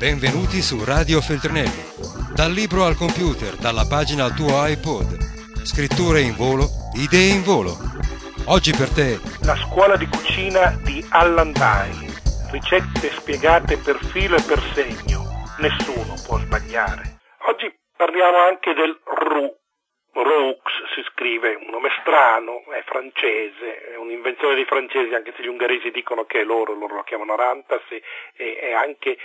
Benvenuti su Radio Feltrinelli. Dal libro al computer, dalla pagina al tuo iPod. Scritture in volo, idee in volo. Oggi per te La scuola di cucina di Alan Dye. Ricette spiegate per filo e per segno. Nessuno può sbagliare. Oggi parliamo anche del roux. Roux si scrive, un nome strano, è francese, è un'invenzione dei francesi, anche se gli ungheresi dicono che è loro lo chiamano rantas e anche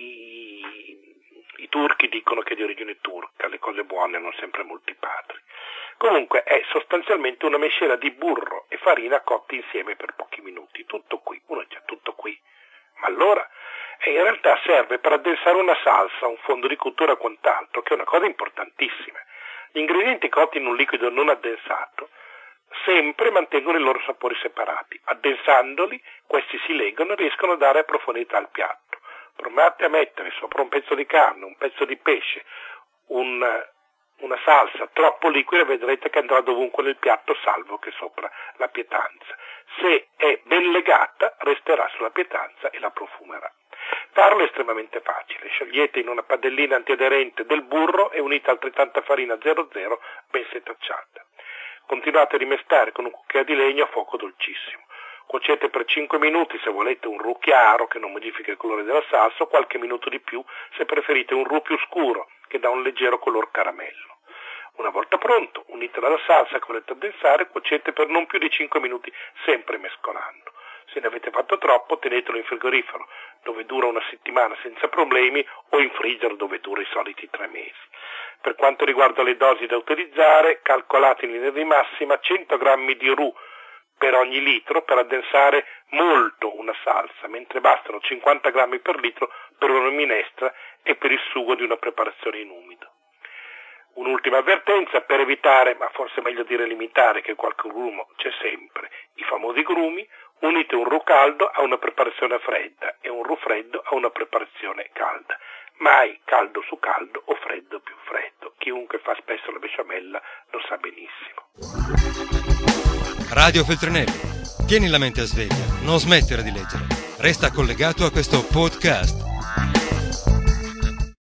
i turchi dicono che è di origine turca, le cose buone hanno sempre molti padri. Comunque è sostanzialmente una miscela di burro e farina cotti insieme per pochi minuti, tutto qui, uno dice tutto qui, ma allora in realtà serve per addensare una salsa, un fondo di cottura e quant'altro, che è una cosa importantissima. Gli ingredienti cotti in un liquido non addensato sempre mantengono i loro sapori separati. Addensandoli, questi si legano e riescono a dare profondità al piatto. Provate a mettere sopra un pezzo di carne, un pezzo di pesce, una salsa troppo liquida e vedrete che andrà dovunque nel piatto, salvo che sopra la pietanza. Se è ben legata, resterà sulla pietanza e la profumerà. Farlo è estremamente facile. Sciogliete in una padellina antiaderente del burro e unite altrettanta farina 00 ben setacciata. Continuate a rimestare con un cucchiaio di legno a fuoco dolcissimo. Cuocete per 5 minuti se volete un roux chiaro che non modifica il colore della salsa, o qualche minuto di più se preferite un roux più scuro che dà un leggero color caramello. Una volta pronto, unitelo alla salsa che volete addensare e cuocete per non più di 5 minuti, sempre mescolando. Se ne avete fatto troppo, tenetelo in frigorifero, dove dura una settimana senza problemi, o in freezer, dove dura i soliti 3 mesi. Per quanto riguarda le dosi da utilizzare, calcolate in linea di massima 100 grammi di roux per ogni litro per addensare molto una salsa, mentre bastano 50 grammi per litro per una minestra e per il sugo di una preparazione in umido. Un'ultima avvertenza: per evitare, ma forse meglio dire limitare, che qualche grumo c'è sempre, i famosi grumi, unite un roux caldo a una preparazione fredda e un roux freddo a una preparazione calda. Mai caldo su caldo o freddo più freddo. Chiunque fa spesso la besciamella lo sa benissimo. Radio Feltrinelli. Tieni la mente a sveglia, non smettere di leggere. Resta collegato a questo podcast.